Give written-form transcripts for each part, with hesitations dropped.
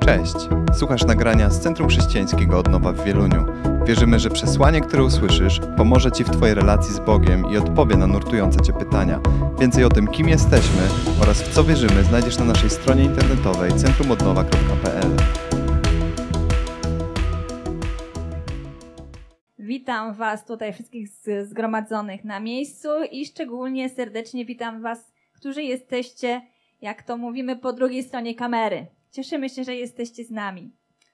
Cześć! Słuchasz nagrania z Centrum Chrześcijańskiego Odnowa w Wieluniu. Wierzymy, że przesłanie, które usłyszysz, pomoże Ci w Twojej relacji z Bogiem i odpowie na nurtujące Cię pytania. Więcej o tym, kim jesteśmy oraz w co wierzymy, znajdziesz na naszej stronie internetowej centrumodnowa.pl. Witam Was tutaj wszystkich zgromadzonych na miejscu i szczególnie serdecznie witam Was, którzy jesteście, jak to mówimy, po drugiej stronie kamery. Cieszymy się, że jesteście z nami.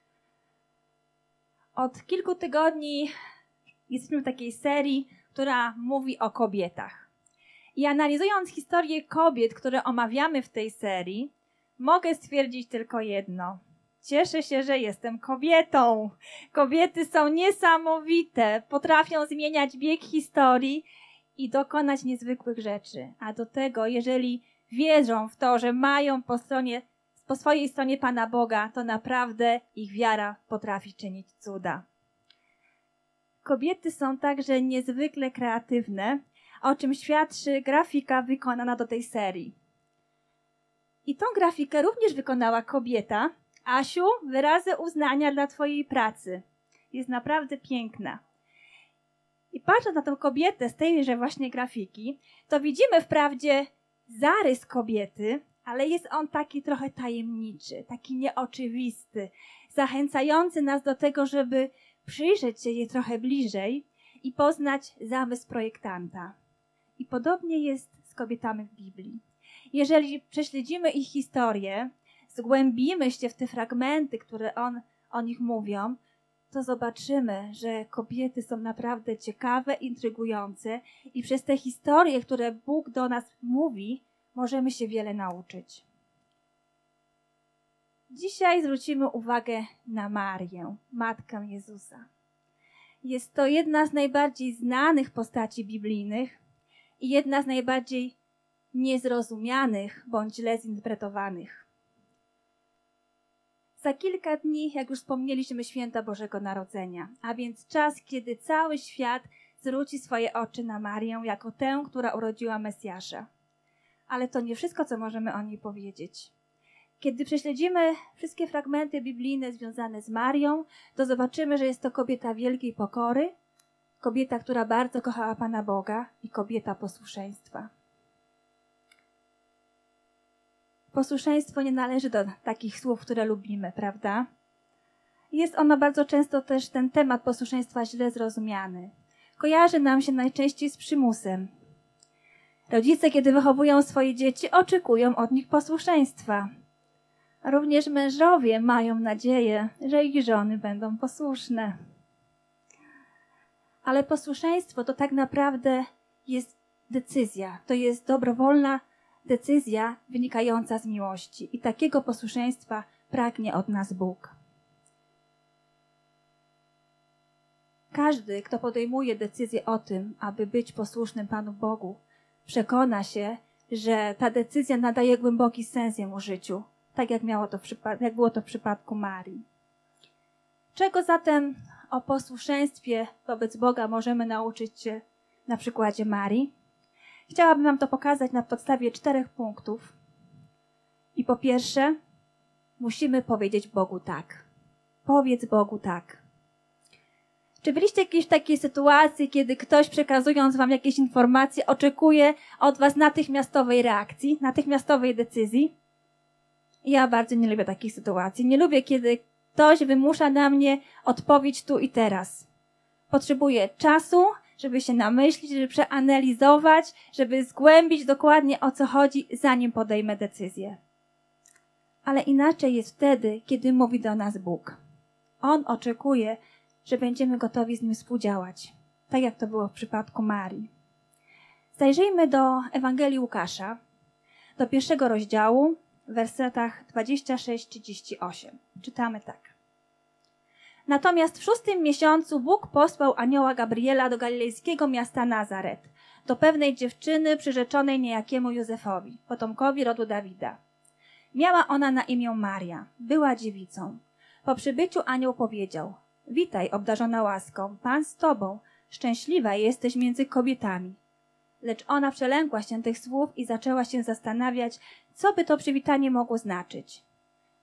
Od kilku tygodni jesteśmy w takiej serii, która mówi o kobietach. I analizując historię kobiet, które omawiamy w tej serii, mogę stwierdzić tylko jedno. Cieszę się, że jestem kobietą. Kobiety są niesamowite, potrafią zmieniać bieg historii i dokonać niezwykłych rzeczy. A do tego, jeżeli wierzą w to, że mają po swojej stronie Pana Boga, to naprawdę ich wiara potrafi czynić cuda. Kobiety są także niezwykle kreatywne, o czym świadczy grafika wykonana do tej serii. I tą grafikę również wykonała kobieta. Asiu, wyrazy uznania dla Twojej pracy. Jest naprawdę piękna. I patrząc na tę kobietę z tejże właśnie grafiki, to widzimy wprawdzie zarys kobiety, ale jest on taki trochę tajemniczy, taki nieoczywisty, zachęcający nas do tego, żeby przyjrzeć się jej trochę bliżej i poznać zamysł projektanta. I podobnie jest z kobietami w Biblii. Jeżeli prześledzimy ich historię, zgłębimy się w te fragmenty, które o nich mówią, to zobaczymy, że kobiety są naprawdę ciekawe, intrygujące i przez te historie, które Bóg do nas mówi, możemy się wiele nauczyć. Dzisiaj zwrócimy uwagę na Marię, Matkę Jezusa. Jest to jedna z najbardziej znanych postaci biblijnych i jedna z najbardziej niezrozumianych bądź źle zinterpretowanych. Za kilka dni, jak już wspomnieliśmy, święta Bożego Narodzenia, a więc czas, kiedy cały świat zwróci swoje oczy na Marię jako tę, która urodziła Mesjasza. Ale to nie wszystko, co możemy o niej powiedzieć. Kiedy prześledzimy wszystkie fragmenty biblijne związane z Marią, to zobaczymy, że jest to kobieta wielkiej pokory, kobieta, która bardzo kochała Pana Boga i kobieta posłuszeństwa. Posłuszeństwo nie należy do takich słów, które lubimy, prawda? Jest ono bardzo często też ten temat posłuszeństwa źle zrozumiany. Kojarzy nam się najczęściej z przymusem. Rodzice, kiedy wychowują swoje dzieci, oczekują od nich posłuszeństwa. Również mężowie mają nadzieję, że ich żony będą posłuszne. Ale posłuszeństwo to tak naprawdę jest decyzja. To jest dobrowolna decyzja wynikająca z miłości. I takiego posłuszeństwa pragnie od nas Bóg. Każdy, kto podejmuje decyzję o tym, aby być posłusznym Panu Bogu, przekona się, że ta decyzja nadaje głęboki sens jemu życiu, tak jak było to w przypadku Marii. Czego zatem o posłuszeństwie wobec Boga możemy nauczyć się na przykładzie Marii? Chciałabym wam to pokazać na podstawie 4 punktów. I po pierwsze, musimy powiedzieć Bogu tak. Powiedz Bogu tak. Czy byliście jakieś w takiej sytuacji, kiedy ktoś, przekazując wam jakieś informacje, oczekuje od was natychmiastowej reakcji, natychmiastowej decyzji? Ja bardzo nie lubię takich sytuacji. Nie lubię, kiedy ktoś wymusza na mnie odpowiedź tu i teraz. Potrzebuję czasu, żeby się namyślić, żeby przeanalizować, żeby zgłębić dokładnie, o co chodzi, zanim podejmę decyzję. Ale inaczej jest wtedy, kiedy mówi do nas Bóg. On oczekuje, że będziemy gotowi z Nim współdziałać, tak jak to było w przypadku Marii. Zajrzyjmy do Ewangelii Łukasza, do 1 rozdziału, w wersetach 26-38. Czytamy tak. Natomiast w 6 miesiącu Bóg posłał anioła Gabriela do galilejskiego miasta Nazaret, do pewnej dziewczyny przyrzeczonej niejakiemu Józefowi, potomkowi rodu Dawida. Miała ona na imię Maria, była dziewicą. Po przybyciu anioł powiedział: Witaj, obdarzona łaską, Pan z tobą, szczęśliwa jesteś między kobietami. Lecz ona przelękła się tych słów i zaczęła się zastanawiać, co by to przywitanie mogło znaczyć.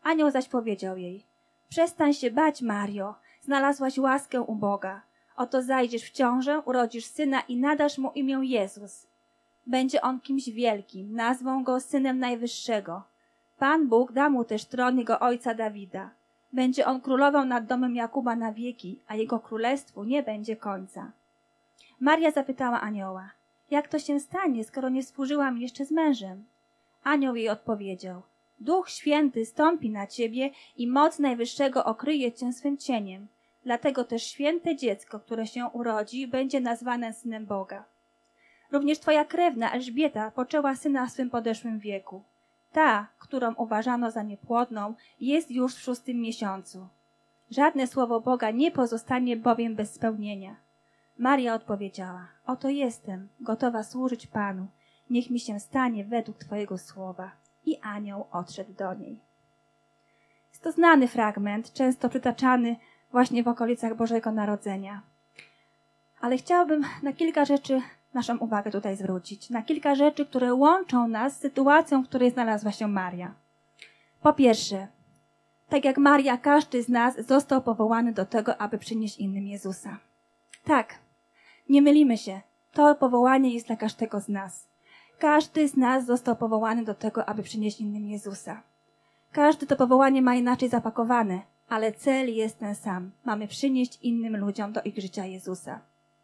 Anioł zaś powiedział jej: przestań się bać, Mario, znalazłaś łaskę u Boga. Oto zajdziesz w ciążę, urodzisz syna i nadasz mu imię Jezus. Będzie on kimś wielkim, nazwą go Synem Najwyższego. Pan Bóg da mu też tron jego ojca Dawida. Będzie on królował nad domem Jakuba na wieki, a jego królestwu nie będzie końca. Maria zapytała anioła: jak to się stanie, skoro nie współżyłam jeszcze z mężem? Anioł jej odpowiedział: Duch Święty stąpi na ciebie i moc Najwyższego okryje cię swym cieniem. Dlatego też święte dziecko, które się urodzi, będzie nazwane Synem Boga. Również twoja krewna Elżbieta poczęła syna w swym podeszłym wieku. Ta, którą uważano za niepłodną, jest już w 6. miesiącu. Żadne słowo Boga nie pozostanie bowiem bez spełnienia. Maria odpowiedziała: oto jestem, gotowa służyć Panu. Niech mi się stanie według Twojego słowa. I anioł odszedł do niej. Jest to znany fragment, często przytaczany właśnie w okolicach Bożego Narodzenia. Ale chciałabym na kilka rzeczy naszą uwagę tutaj zwrócić. Na kilka rzeczy, które łączą nas z sytuacją, w której znalazła się Maria. Po pierwsze, tak jak Maria, każdy z nas został powołany do tego, aby przynieść innym Jezusa. Tak, nie mylimy się. To powołanie jest dla każdego z nas. Każdy z nas został powołany do tego, aby przynieść innym Jezusa. Każdy to powołanie ma inaczej zapakowane, ale cel jest ten sam. Mamy przynieść innym ludziom do ich życia Jezusa.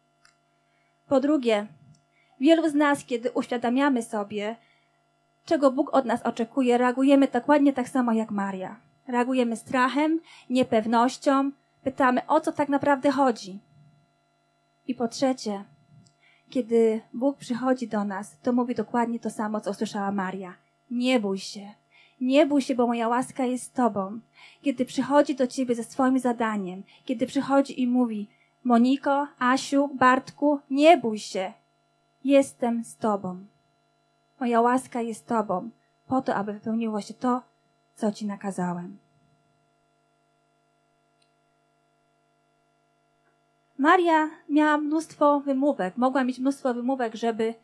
Po drugie, wielu z nas, kiedy uświadamiamy sobie, czego Bóg od nas oczekuje, reagujemy dokładnie tak samo jak Maria. Reagujemy strachem, niepewnością, pytamy, o co tak naprawdę chodzi. I po trzecie, kiedy Bóg przychodzi do nas, to mówi dokładnie to samo, co usłyszała Maria. Nie bój się. Nie bój się, bo moja łaska jest z Tobą. Kiedy przychodzi do Ciebie ze swoim zadaniem, kiedy przychodzi i mówi: Moniko, Asiu, Bartku, nie bój się. Jestem z Tobą. Moja łaska jest z Tobą, po to, aby wypełniło się to, co Ci nakazałem. Maria miała mnóstwo wymówek, mogła mieć mnóstwo wymówek, żeby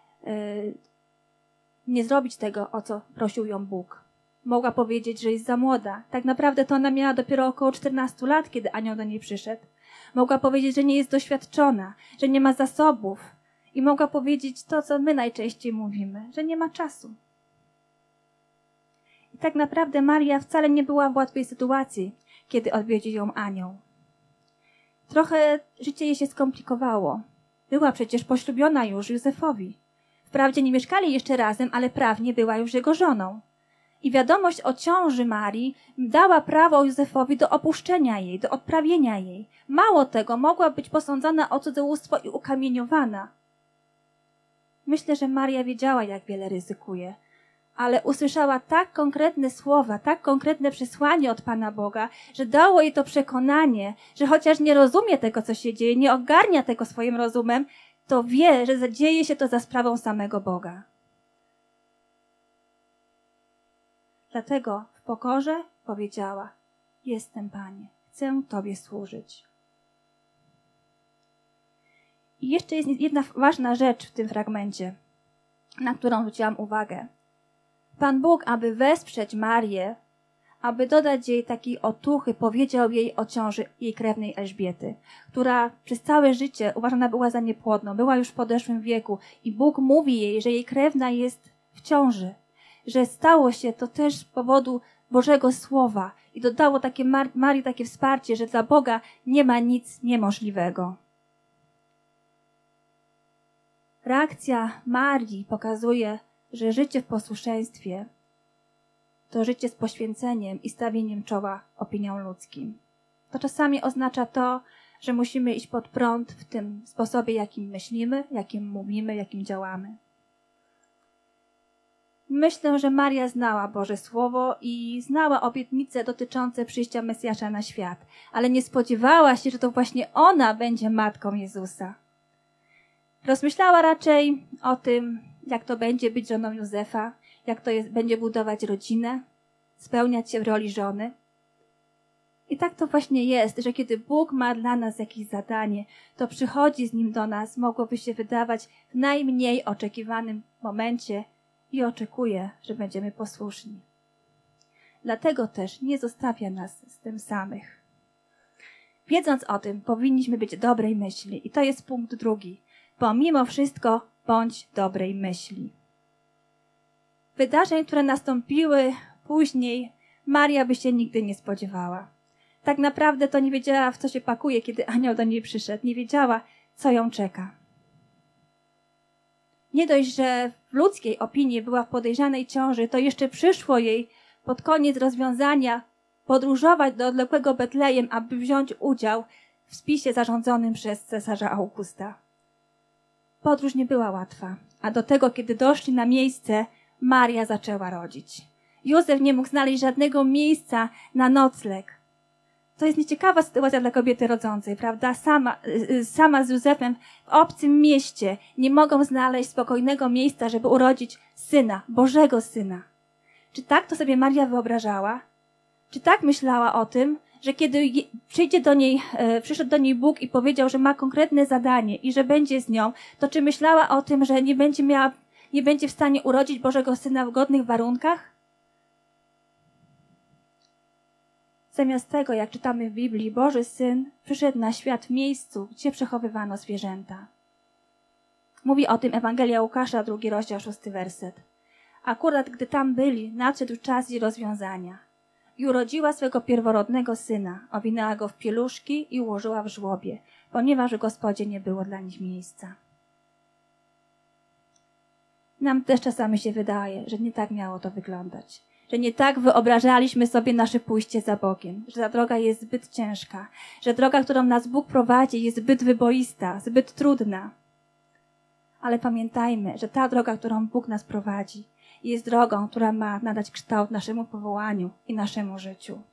nie zrobić tego, o co prosił ją Bóg. Mogła powiedzieć, że jest za młoda. Tak naprawdę to ona miała dopiero około 14 lat, kiedy anioł do niej przyszedł. Mogła powiedzieć, że nie jest doświadczona, że nie ma zasobów. I mogła powiedzieć to, co my najczęściej mówimy, że nie ma czasu. I tak naprawdę Maria wcale nie była w łatwej sytuacji, kiedy odwiedził ją anioł. Trochę życie jej się skomplikowało. Była przecież poślubiona już Józefowi. Wprawdzie nie mieszkali jeszcze razem, ale prawnie była już jego żoną. I wiadomość o ciąży Marii dała prawo Józefowi do opuszczenia jej, do odprawienia jej. Mało tego, mogła być posądzana o cudzołóstwo i ukamieniowana. Myślę, że Maria wiedziała, jak wiele ryzykuje, ale usłyszała tak konkretne słowa, tak konkretne przesłanie od Pana Boga, że dało jej to przekonanie, że chociaż nie rozumie tego, co się dzieje, nie ogarnia tego swoim rozumem, to wie, że dzieje się to za sprawą samego Boga. Dlatego w pokorze powiedziała: jestem, Panie, chcę Tobie służyć. I jeszcze jest jedna ważna rzecz w tym fragmencie, na którą zwróciłam uwagę. Pan Bóg, aby wesprzeć Marię, aby dodać jej takiej otuchy, powiedział jej o ciąży jej krewnej Elżbiety, która przez całe życie uważana była za niepłodną, była już w podeszłym wieku i Bóg mówi jej, że jej krewna jest w ciąży, że stało się to też z powodu Bożego Słowa i dodało Marii takie wsparcie, że dla Boga nie ma nic niemożliwego. Reakcja Marii pokazuje, że życie w posłuszeństwie to życie z poświęceniem i stawieniem czoła opiniom ludzkim. To czasami oznacza to, że musimy iść pod prąd w tym sposobie, jakim myślimy, jakim mówimy, jakim działamy. Myślę, że Maria znała Boże Słowo i znała obietnice dotyczące przyjścia Mesjasza na świat, ale nie spodziewała się, że to właśnie ona będzie matką Jezusa. Rozmyślała raczej o tym, jak to będzie być żoną Józefa, jak to będzie budować rodzinę, spełniać się w roli żony. I tak to właśnie jest, że kiedy Bóg ma dla nas jakieś zadanie, to przychodzi z nim do nas, mogłoby się wydawać w najmniej oczekiwanym momencie i oczekuje, że będziemy posłuszni. Dlatego też nie zostawia nas z tym samych. Wiedząc o tym, powinniśmy być dobrej myśli. I to jest punkt drugi. Pomimo wszystko, bądź dobrej myśli. Wydarzeń, które nastąpiły później, Maria by się nigdy nie spodziewała. Tak naprawdę to nie wiedziała, w co się pakuje, kiedy anioł do niej przyszedł. Nie wiedziała, co ją czeka. Nie dość, że w ludzkiej opinii była w podejrzanej ciąży, to jeszcze przyszło jej pod koniec rozwiązania podróżować do odległego Betlejem, aby wziąć udział w spisie zarządzonym przez cesarza Augusta. Podróż nie była łatwa, a do tego, kiedy doszli na miejsce, Maria zaczęła rodzić. Józef nie mógł znaleźć żadnego miejsca na nocleg. To jest nieciekawa sytuacja dla kobiety rodzącej, prawda? Sama z Józefem w obcym mieście nie mogą znaleźć spokojnego miejsca, żeby urodzić syna, Bożego Syna. Czy tak to sobie Maria wyobrażała? Czy tak myślała o tym, że kiedy przyszedł do niej Bóg i powiedział, że ma konkretne zadanie i że będzie z nią, to czy myślała o tym, że nie będzie w stanie urodzić Bożego Syna w godnych warunkach? Zamiast tego, jak czytamy w Biblii, Boży Syn przyszedł na świat w miejscu, gdzie przechowywano zwierzęta. Mówi o tym Ewangelia Łukasza, 2 rozdział, 6 werset. Akurat gdy tam byli, nadszedł czas jej rozwiązania. I urodziła swego pierworodnego syna, owinęła go w pieluszki i ułożyła w żłobie, ponieważ w Gospodzie nie było dla nich miejsca. Nam też czasami się wydaje, że nie tak miało to wyglądać. Że nie tak wyobrażaliśmy sobie nasze pójście za Bogiem, że ta droga jest zbyt ciężka, że droga, którą nas Bóg prowadzi, jest zbyt wyboista, zbyt trudna. Ale pamiętajmy, że ta droga, którą Bóg nas prowadzi, jest drogą, która ma nadać kształt naszemu powołaniu i naszemu życiu.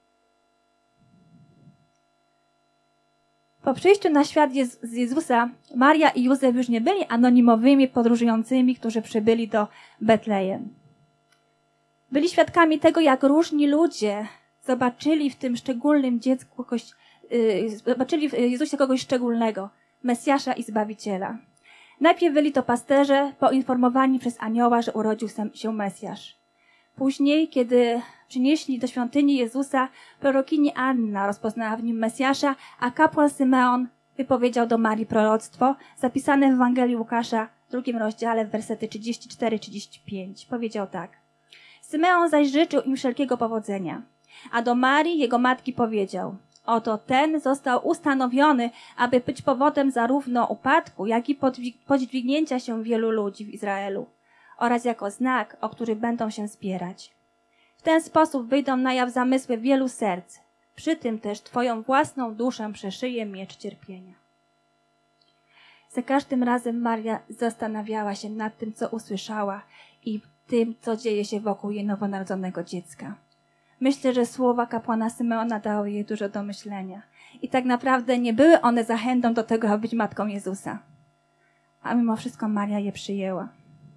Po przyjściu na świat z Jezusa, Maria i Józef już nie byli anonimowymi podróżującymi, którzy przybyli do Betlejem. Byli świadkami tego, jak różni ludzie zobaczyli w tym szczególnym dziecku zobaczyli w Jezusie kogoś szczególnego, Mesjasza i Zbawiciela. Najpierw byli to pasterze, poinformowani przez anioła, że urodził się Mesjasz. Później, kiedy przynieśli do świątyni Jezusa, prorokini Anna rozpoznała w nim Mesjasza, a kapłan Symeon wypowiedział do Marii proroctwo zapisane w Ewangelii Łukasza, 2 rozdziale, wersety 34-35. Powiedział tak. Symeon zaś życzył im wszelkiego powodzenia, a do Marii, jego matki, powiedział: oto ten został ustanowiony, aby być powodem zarówno upadku, jak i podźwignięcia się wielu ludzi w Izraelu oraz jako znak, o który będą się spierać. W ten sposób wyjdą na jaw zamysły wielu serc. Przy tym też twoją własną duszę przeszyje miecz cierpienia. Za każdym razem Maria zastanawiała się nad tym, co usłyszała i tym, co dzieje się wokół jej nowonarodzonego dziecka. Myślę, że słowa kapłana Symeona dały jej dużo do myślenia. I tak naprawdę nie były one zachętą do tego, aby być matką Jezusa. A mimo wszystko Maria je przyjęła.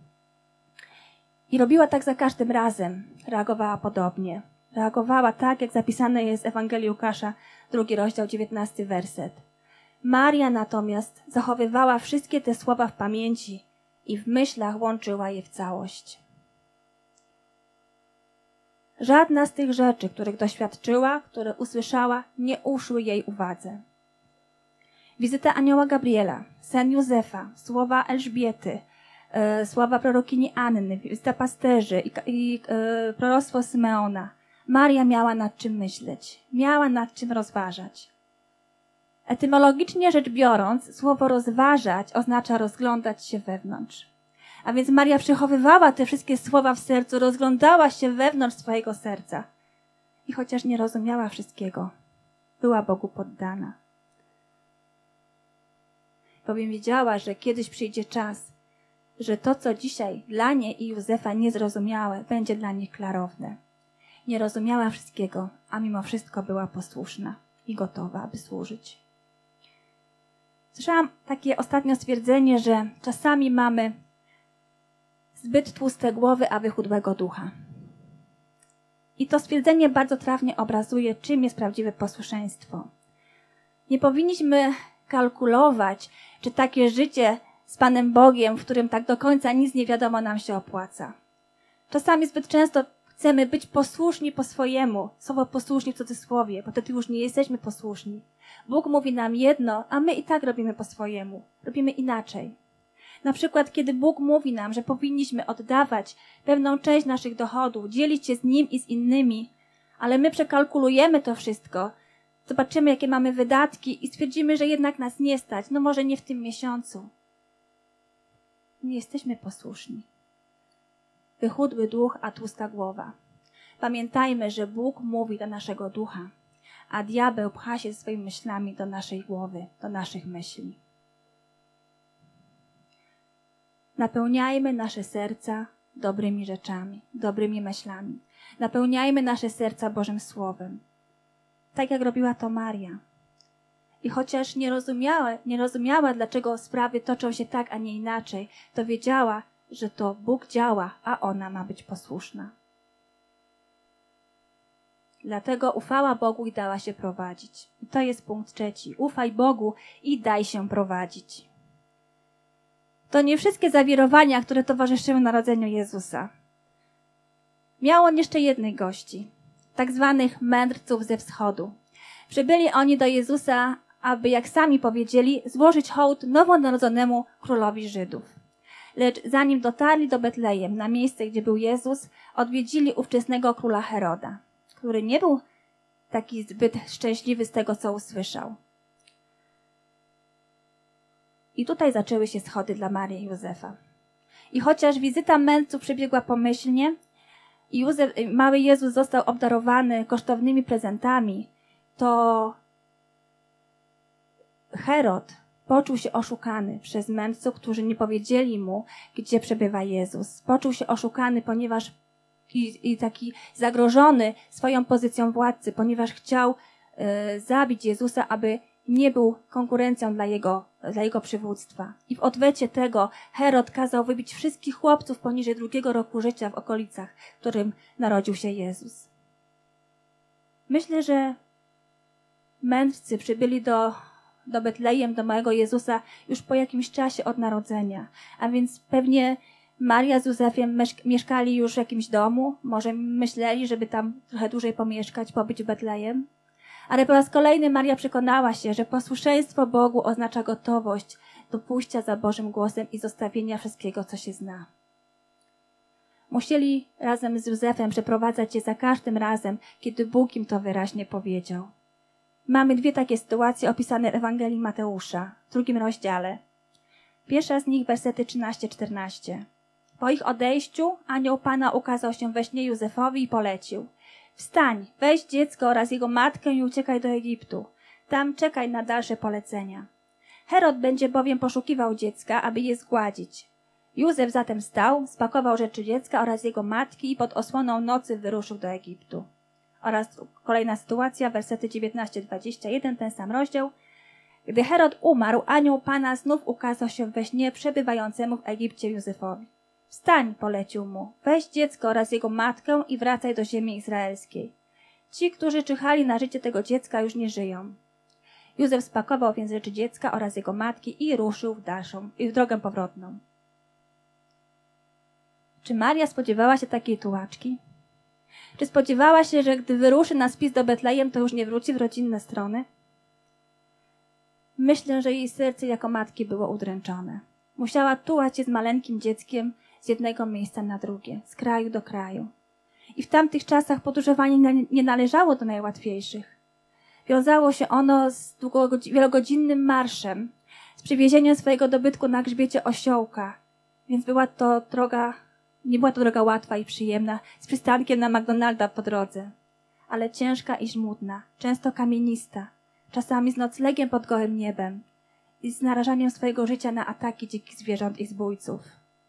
I robiła tak za każdym razem. Reagowała podobnie. Reagowała tak, jak zapisane jest w Ewangelii Łukasza, 2 rozdział, 19 werset. Maria natomiast zachowywała wszystkie te słowa w pamięci i w myślach łączyła je w całość. Żadna z tych rzeczy, których doświadczyła, które usłyszała, nie uszły jej uwadze. Wizyta anioła Gabriela, sen Józefa, słowa Elżbiety, słowa prorokini Anny, wizyta pasterzy i proroctwo Symeona. Maria miała nad czym myśleć, miała nad czym rozważać. Etymologicznie rzecz biorąc, słowo rozważać oznacza rozglądać się wewnątrz. A więc Maria przechowywała te wszystkie słowa w sercu, rozglądała się wewnątrz swojego serca. I chociaż nie rozumiała wszystkiego, była Bogu poddana. Bowiem wiedziała, że kiedyś przyjdzie czas, że to, co dzisiaj dla niej i Józefa niezrozumiałe, będzie dla nich klarowne. Nie rozumiała wszystkiego, a mimo wszystko była posłuszna i gotowa, aby służyć. Słyszałam takie ostatnio stwierdzenie, że czasami mamy zbyt tłuste głowy, aby chudłego ducha. I to stwierdzenie bardzo trafnie obrazuje, czym jest prawdziwe posłuszeństwo. Nie powinniśmy kalkulować, czy takie życie z Panem Bogiem, w którym tak do końca nic nie wiadomo, nam się opłaca. Czasami zbyt często Chcemy być posłuszni po swojemu. Słowo posłuszni w cudzysłowie, bo wtedy już nie jesteśmy posłuszni. Bóg mówi nam jedno, a my i tak robimy po swojemu. Robimy inaczej. Na przykład, kiedy Bóg mówi nam, że powinniśmy oddawać pewną część naszych dochodów, dzielić się z Nim i z innymi, ale my przekalkulujemy to wszystko, zobaczymy, jakie mamy wydatki i stwierdzimy, że jednak nas nie stać, no może nie w tym miesiącu. Nie jesteśmy posłuszni. Wychudły duch, a tłusta głowa. Pamiętajmy, że Bóg mówi do naszego ducha, a diabeł pcha się swoimi myślami do naszej głowy, do naszych myśli. Napełniajmy nasze serca dobrymi rzeczami, dobrymi myślami. Napełniajmy nasze serca Bożym Słowem. Tak jak robiła to Maria. I chociaż nie rozumiała, dlaczego sprawy toczą się tak, a nie inaczej, to wiedziała, że to Bóg działa, a ona ma być posłuszna. Dlatego ufała Bogu i dała się prowadzić. I to jest punkt 3. Ufaj Bogu i daj się prowadzić. To nie wszystkie zawirowania, które towarzyszyły narodzeniu Jezusa. Miał on jeszcze jednych gości, tak zwanych mędrców ze wschodu. Przybyli oni do Jezusa, aby, jak sami powiedzieli, złożyć hołd nowonarodzonemu królowi Żydów. Lecz zanim dotarli do Betlejem, na miejsce, gdzie był Jezus, odwiedzili ówczesnego króla Heroda, który nie był taki zbyt szczęśliwy z tego, co usłyszał. I tutaj zaczęły się schody dla Marii i Józefa. I chociaż wizyta mędrców przebiegła pomyślnie i mały Jezus został obdarowany kosztownymi prezentami, to Herod poczuł się oszukany przez mędrców, którzy nie powiedzieli mu, gdzie przebywa Jezus. Poczuł się oszukany, ponieważ i taki zagrożony swoją pozycją władcy, ponieważ chciał zabić Jezusa, aby nie był konkurencją dla jego przywództwa. I w odwecie tego Herod kazał wybić wszystkich chłopców poniżej 2 roku życia w okolicach, w którym narodził się Jezus. Myślę, że mędrcy przybyli do Betlejem, do małego Jezusa już po jakimś czasie od narodzenia. A więc pewnie Maria z Józefem mieszkali już w jakimś domu, może myśleli, żeby tam trochę dłużej pomieszkać, pobyć w Betlejem. Ale po raz kolejny Maria przekonała się, że posłuszeństwo Bogu oznacza gotowość do pójścia za Bożym głosem i zostawienia wszystkiego, co się zna. Musieli razem z Józefem przeprowadzać się za każdym razem, kiedy Bóg im to wyraźnie powiedział. Mamy 2 takie sytuacje opisane w Ewangelii Mateusza, w 2 rozdziale. Pierwsza z nich, wersety 13-14. Po ich odejściu anioł Pana ukazał się we śnie Józefowi i polecił: wstań, weź dziecko oraz jego matkę i uciekaj do Egiptu. Tam czekaj na dalsze polecenia. Herod będzie bowiem poszukiwał dziecka, aby je zgładzić. Józef zatem wstał, spakował rzeczy dziecka oraz jego matki i pod osłoną nocy wyruszył do Egiptu. Oraz kolejna sytuacja, wersety 19-21, ten sam rozdział. Gdy Herod umarł, anioł Pana znów ukazał się we śnie przebywającemu w Egipcie Józefowi. Wstań, polecił mu, weź dziecko oraz jego matkę i wracaj do ziemi izraelskiej. Ci, którzy czyhali na życie tego dziecka, już nie żyją. Józef spakował więc rzeczy dziecka oraz jego matki i ruszył w drogę powrotną. Czy Maria spodziewała się takiej tułaczki? Czy spodziewała się, że gdy wyruszy na spis do Betlejem, to już nie wróci w rodzinne strony? Myślę, że jej serce jako matki było udręczone. Musiała tułać się z maleńkim dzieckiem z jednego miejsca na drugie, z kraju do kraju. I w tamtych czasach podróżowanie nie należało do najłatwiejszych. Wiązało się ono z wielogodzinnym marszem, z przywiezieniem swojego dobytku na grzbiecie osiołka, więc nie była to droga łatwa i przyjemna, z przystankiem na McDonalda po drodze, ale ciężka i żmudna, często kamienista, czasami z noclegiem pod gołym niebem i z narażaniem swojego życia na ataki dzikich zwierząt i zbójców.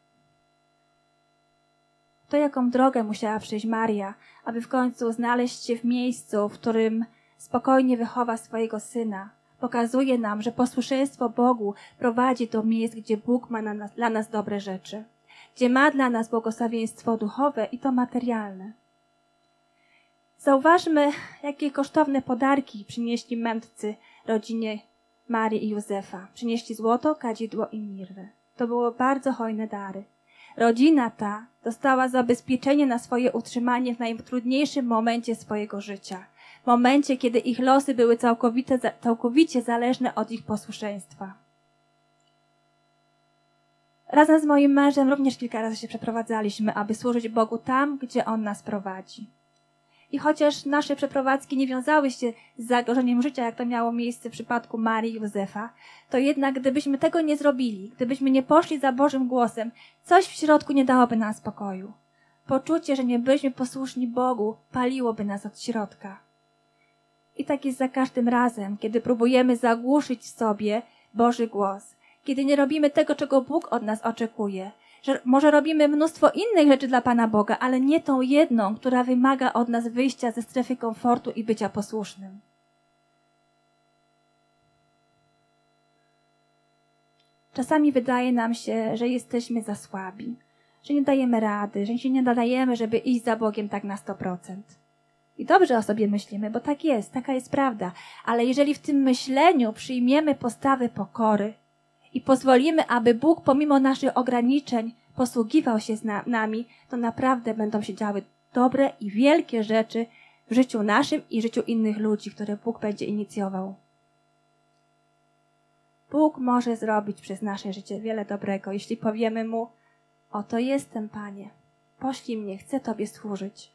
To, jaką drogę musiała przejść Maria, aby w końcu znaleźć się w miejscu, w którym spokojnie wychowa swojego syna, pokazuje nam, że posłuszeństwo Bogu prowadzi do miejsc, gdzie Bóg ma dla nas dobre rzeczy, gdzie ma dla nas błogosławieństwo duchowe i to materialne. Zauważmy, jakie kosztowne podarki przynieśli mędrcy rodzinie Marii i Józefa. Przynieśli złoto, kadzidło i mirrę. To były bardzo hojne dary. Rodzina ta dostała zabezpieczenie na swoje utrzymanie w najtrudniejszym momencie swojego życia. W momencie, kiedy ich losy były całkowicie zależne od ich posłuszeństwa. Razem z moim mężem również kilka razy się przeprowadzaliśmy, aby służyć Bogu tam, gdzie On nas prowadzi. I chociaż nasze przeprowadzki nie wiązały się z zagrożeniem życia, jak to miało miejsce w przypadku Marii i Józefa, to jednak gdybyśmy tego nie zrobili, gdybyśmy nie poszli za Bożym głosem, coś w środku nie dałoby nam spokoju. Poczucie, że nie byliśmy posłuszni Bogu, paliłoby nas od środka. I tak jest za każdym razem, kiedy próbujemy zagłuszyć w sobie Boży głos, kiedy nie robimy tego, czego Bóg od nas oczekuje, że może robimy mnóstwo innych rzeczy dla Pana Boga, ale nie tą jedną, która wymaga od nas wyjścia ze strefy komfortu i bycia posłusznym. Czasami wydaje nam się, że jesteśmy za słabi, że nie dajemy rady, że się nie nadajemy, żeby iść za Bogiem tak na 100%. I dobrze o sobie myślimy, bo tak jest, taka jest prawda. Ale jeżeli w tym myśleniu przyjmiemy postawę pokory i pozwolimy, aby Bóg pomimo naszych ograniczeń posługiwał się nami, to naprawdę będą się działy dobre i wielkie rzeczy w życiu naszym i życiu innych ludzi, które Bóg będzie inicjował. Bóg może zrobić przez nasze życie wiele dobrego, jeśli powiemy Mu: oto jestem, Panie, poślij mnie, chcę Tobie służyć.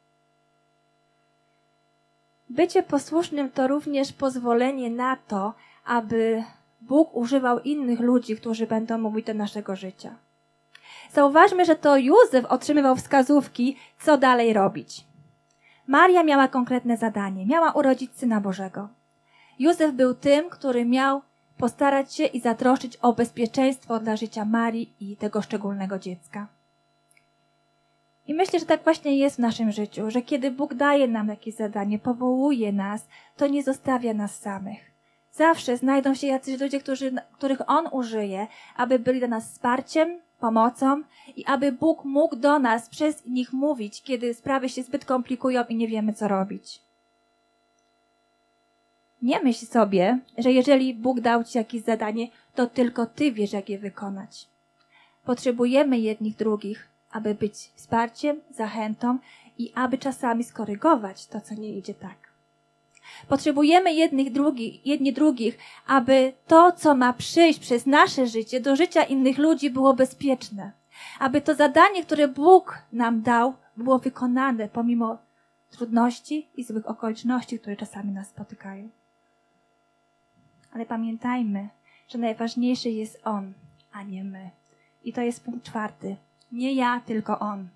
Bycie posłusznym to również pozwolenie na to, aby Bóg używał innych ludzi, którzy będą mówić do naszego życia. Zauważmy, że to Józef otrzymywał wskazówki, co dalej robić. Maria miała konkretne zadanie, miała urodzić Syna Bożego. Józef był tym, który miał postarać się i zatroszczyć o bezpieczeństwo dla życia Marii i tego szczególnego dziecka. I myślę, że tak właśnie jest w naszym życiu, że kiedy Bóg daje nam jakieś zadanie, powołuje nas, to nie zostawia nas samych. Zawsze znajdą się jacyś ludzie, których On użyje, aby byli dla nas wsparciem, pomocą i aby Bóg mógł do nas przez nich mówić, kiedy sprawy się zbyt komplikują i nie wiemy, co robić. Nie myśl sobie, że jeżeli Bóg dał Ci jakieś zadanie, to tylko Ty wiesz, jak je wykonać. Potrzebujemy jednych drugich, aby być wsparciem, zachętą i aby czasami skorygować to, co nie idzie tak. Potrzebujemy jedni drugich, aby to, co ma przyjść przez nasze życie, do życia innych ludzi było bezpieczne. Aby to zadanie, które Bóg nam dał, było wykonane pomimo trudności i złych okoliczności, które czasami nas spotykają. Ale pamiętajmy, że najważniejszy jest On, a nie my. I to jest punkt 4. Nie ja, tylko On.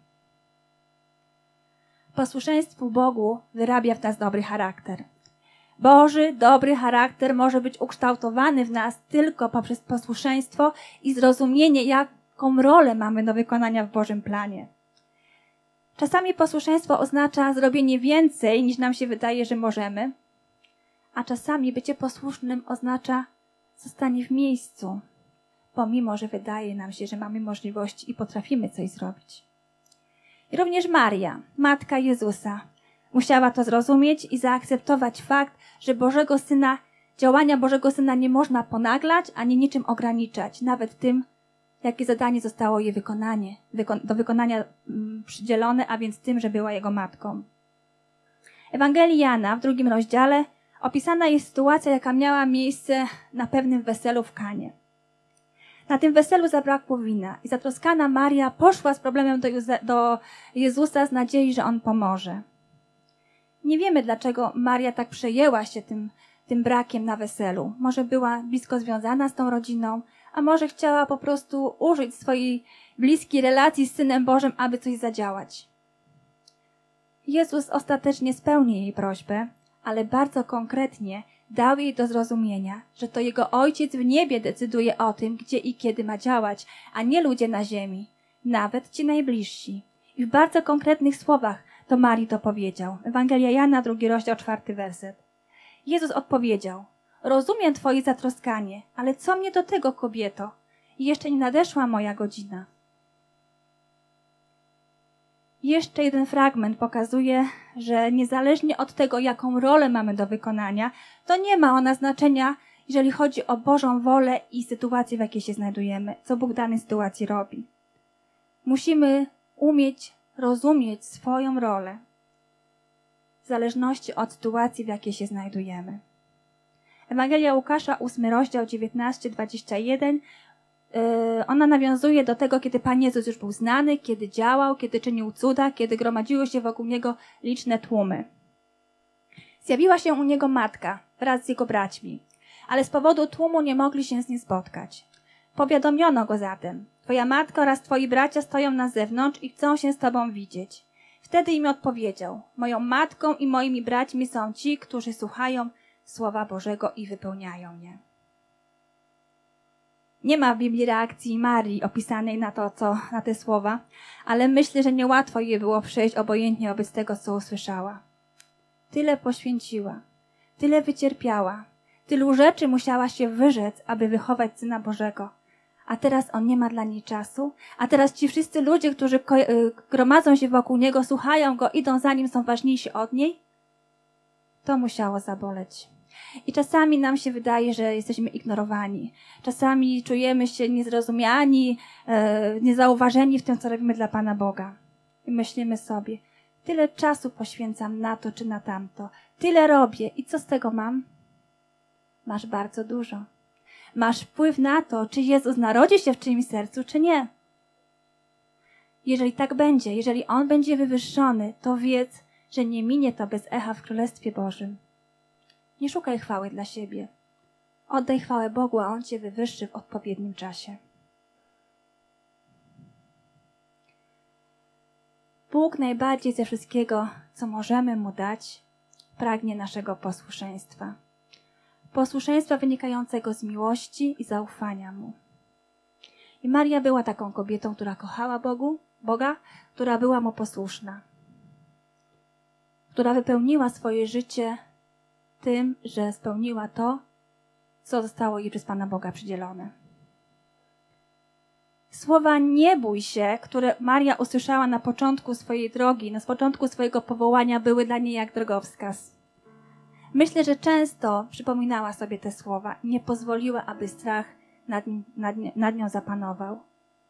Posłuszeństwo Bogu wyrabia w nas dobry charakter. Boży, dobry charakter może być ukształtowany w nas tylko poprzez posłuszeństwo i zrozumienie, jaką rolę mamy do wykonania w Bożym planie. Czasami posłuszeństwo oznacza zrobienie więcej, niż nam się wydaje, że możemy, a czasami bycie posłusznym oznacza zostanie w miejscu, pomimo że wydaje nam się, że mamy możliwości i potrafimy coś zrobić. I również Maria, matka Jezusa, musiała to zrozumieć i zaakceptować fakt, że działania Bożego Syna nie można ponaglać, ani niczym ograniczać, nawet tym, jakie zadanie zostało jej do wykonania przydzielone, a więc tym, że była jego matką. W Ewangelii Jana w 2 rozdziale opisana jest sytuacja, jaka miała miejsce na pewnym weselu w Kanie. Na tym weselu zabrakło wina i zatroskana Maria poszła z problemem do Jezusa z nadziei, że On pomoże. Nie wiemy, dlaczego Maria tak przejęła się tym brakiem na weselu. Może była blisko związana z tą rodziną, a może chciała po prostu użyć swojej bliskiej relacji z Synem Bożym, aby coś zadziałać. Jezus ostatecznie spełni jej prośbę, ale bardzo konkretnie dał jej do zrozumienia, że to Jego Ojciec w niebie decyduje o tym, gdzie i kiedy ma działać, a nie ludzie na ziemi, nawet ci najbliżsi. I w bardzo konkretnych słowach do Marii to powiedział. Ewangelia Jana, 2 rozdział, 4 werset. Jezus odpowiedział: rozumiem Twoje zatroskanie, ale co mnie do tego, kobieto? I jeszcze nie nadeszła moja godzina. Jeszcze jeden fragment pokazuje, że niezależnie od tego, jaką rolę mamy do wykonania, to nie ma ona znaczenia, jeżeli chodzi o Bożą wolę i sytuację, w jakiej się znajdujemy, co Bóg w danej sytuacji robi. Musimy umieć rozumieć swoją rolę w zależności od sytuacji, w jakiej się znajdujemy. Ewangelia Łukasza, 8 rozdział 19-21, ona nawiązuje do tego, kiedy Pan Jezus już był znany, kiedy działał, kiedy czynił cuda, kiedy gromadziły się wokół Niego liczne tłumy. Zjawiła się u Niego matka wraz z Jego braćmi, ale z powodu tłumu nie mogli się z Nim spotkać. Powiadomiono Go zatem: Twoja matka oraz Twoi bracia stoją na zewnątrz i chcą się z Tobą widzieć. Wtedy im odpowiedział: Moją matką i moimi braćmi są ci, którzy słuchają Słowa Bożego i wypełniają je. Nie ma w Biblii reakcji Marii opisanej na te słowa, ale myślę, że niełatwo jej było przejść obojętnie wobec tego, co usłyszała. Tyle poświęciła, tyle wycierpiała, tylu rzeczy musiała się wyrzec, aby wychować Syna Bożego. A teraz On nie ma dla niej czasu, a teraz ci wszyscy ludzie, którzy gromadzą się wokół Niego, słuchają Go, idą za Nim, są ważniejsi od niej. To musiało zaboleć. I czasami nam się wydaje, że jesteśmy ignorowani. Czasami czujemy się niezrozumiani, niezauważeni w tym, co robimy dla Pana Boga. I myślimy sobie: tyle czasu poświęcam na to czy na tamto. Tyle robię i co z tego mam? Masz bardzo dużo. Masz wpływ na to, czy Jezus narodzi się w czyimś sercu, czy nie. Jeżeli tak będzie, jeżeli On będzie wywyższony, to wiedz, że nie minie to bez echa w Królestwie Bożym. Nie szukaj chwały dla siebie. Oddaj chwałę Bogu, a On Cię wywyższy w odpowiednim czasie. Bóg najbardziej ze wszystkiego, co możemy Mu dać, pragnie naszego posłuszeństwa. Posłuszeństwa wynikającego z miłości i zaufania Mu. I Maria była taką kobietą, która kochała Boga, która była Mu posłuszna. Która wypełniła swoje życie tym, że spełniła to, co zostało jej przez Pana Boga przydzielone. Słowa "nie bój się", które Maria usłyszała na początku swojej drogi, na początku swojego powołania, były dla niej jak drogowskaz. Myślę, że często przypominała sobie te słowa i nie pozwoliła, aby strach nad nią zapanował.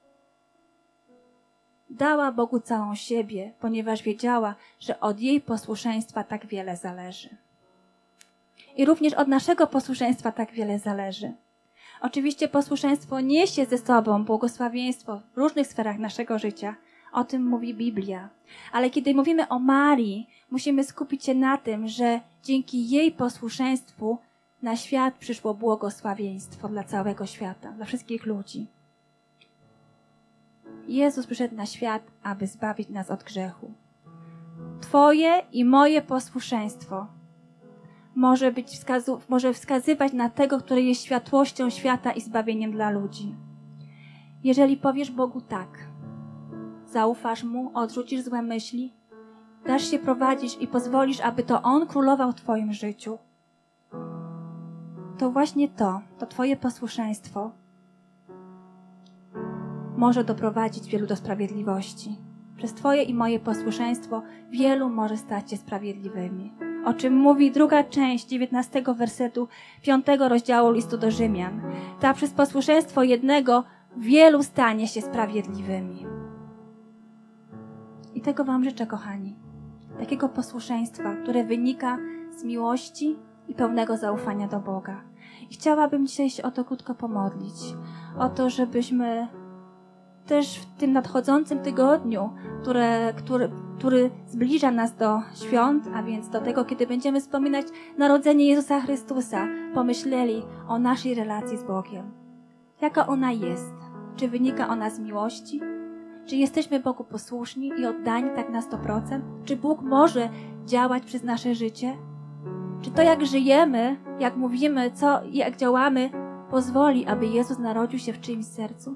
Dała Bogu całą siebie, ponieważ wiedziała, że od jej posłuszeństwa tak wiele zależy. I również od naszego posłuszeństwa tak wiele zależy. Oczywiście posłuszeństwo niesie ze sobą błogosławieństwo w różnych sferach naszego życia. O tym mówi Biblia. Ale kiedy mówimy o Marii, musimy skupić się na tym, że dzięki jej posłuszeństwu na świat przyszło błogosławieństwo dla całego świata, dla wszystkich ludzi. Jezus przyszedł na świat, aby zbawić nas od grzechu. Twoje i moje posłuszeństwo może wskazywać na tego, który jest światłością świata i zbawieniem dla ludzi. Jeżeli powiesz Bogu tak, zaufasz Mu, odrzucisz złe myśli, dasz się prowadzić i pozwolisz, aby to On królował w Twoim życiu, to właśnie to Twoje posłuszeństwo może doprowadzić wielu do sprawiedliwości. Przez Twoje i moje posłuszeństwo wielu może stać się sprawiedliwymi. O czym mówi druga część 19 wersetu 5 rozdziału listu do Rzymian. Ta przez posłuszeństwo jednego wielu stanie się sprawiedliwymi. I tego Wam życzę, kochani. Takiego posłuszeństwa, które wynika z miłości i pełnego zaufania do Boga. I chciałabym dzisiaj się o to krótko pomodlić. O to, żebyśmy też w tym nadchodzącym tygodniu, który zbliża nas do świąt, a więc do tego, kiedy będziemy wspominać narodzenie Jezusa Chrystusa, pomyśleli o naszej relacji z Bogiem. Jaka ona jest? Czy wynika ona z miłości? Czy jesteśmy Bogu posłuszni i oddani tak na 100%? Czy Bóg może działać przez nasze życie? Czy to, jak żyjemy, jak mówimy, jak działamy, pozwoli, aby Jezus narodził się w czyimś sercu?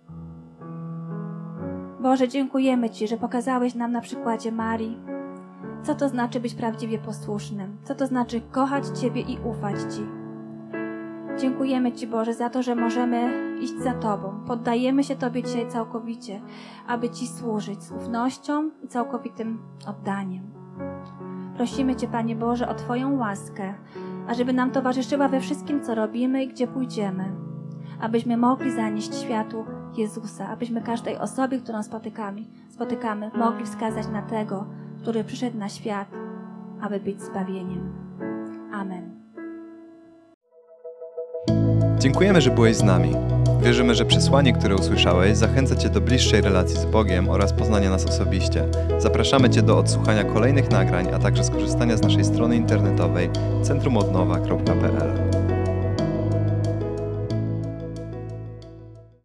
Boże, dziękujemy Ci, że pokazałeś nam na przykładzie Marii, co to znaczy być prawdziwie posłusznym, co to znaczy kochać Ciebie i ufać Ci. Dziękujemy Ci, Boże, za to, że możemy iść za Tobą. Poddajemy się Tobie dzisiaj całkowicie, aby Ci służyć z ufnością i całkowitym oddaniem. Prosimy Cię, Panie Boże, o Twoją łaskę, ażeby nam towarzyszyła we wszystkim, co robimy i gdzie pójdziemy, abyśmy mogli zanieść światu Jezusa, abyśmy każdej osobie, którą spotykamy, mogli wskazać na tego, który przyszedł na świat, aby być zbawieniem. Amen. Dziękujemy, że byłeś z nami. Wierzymy, że przesłanie, które usłyszałeś, zachęca Cię do bliższej relacji z Bogiem oraz poznania nas osobiście. Zapraszamy Cię do odsłuchania kolejnych nagrań, a także skorzystania z naszej strony internetowej centrumodnowa.pl.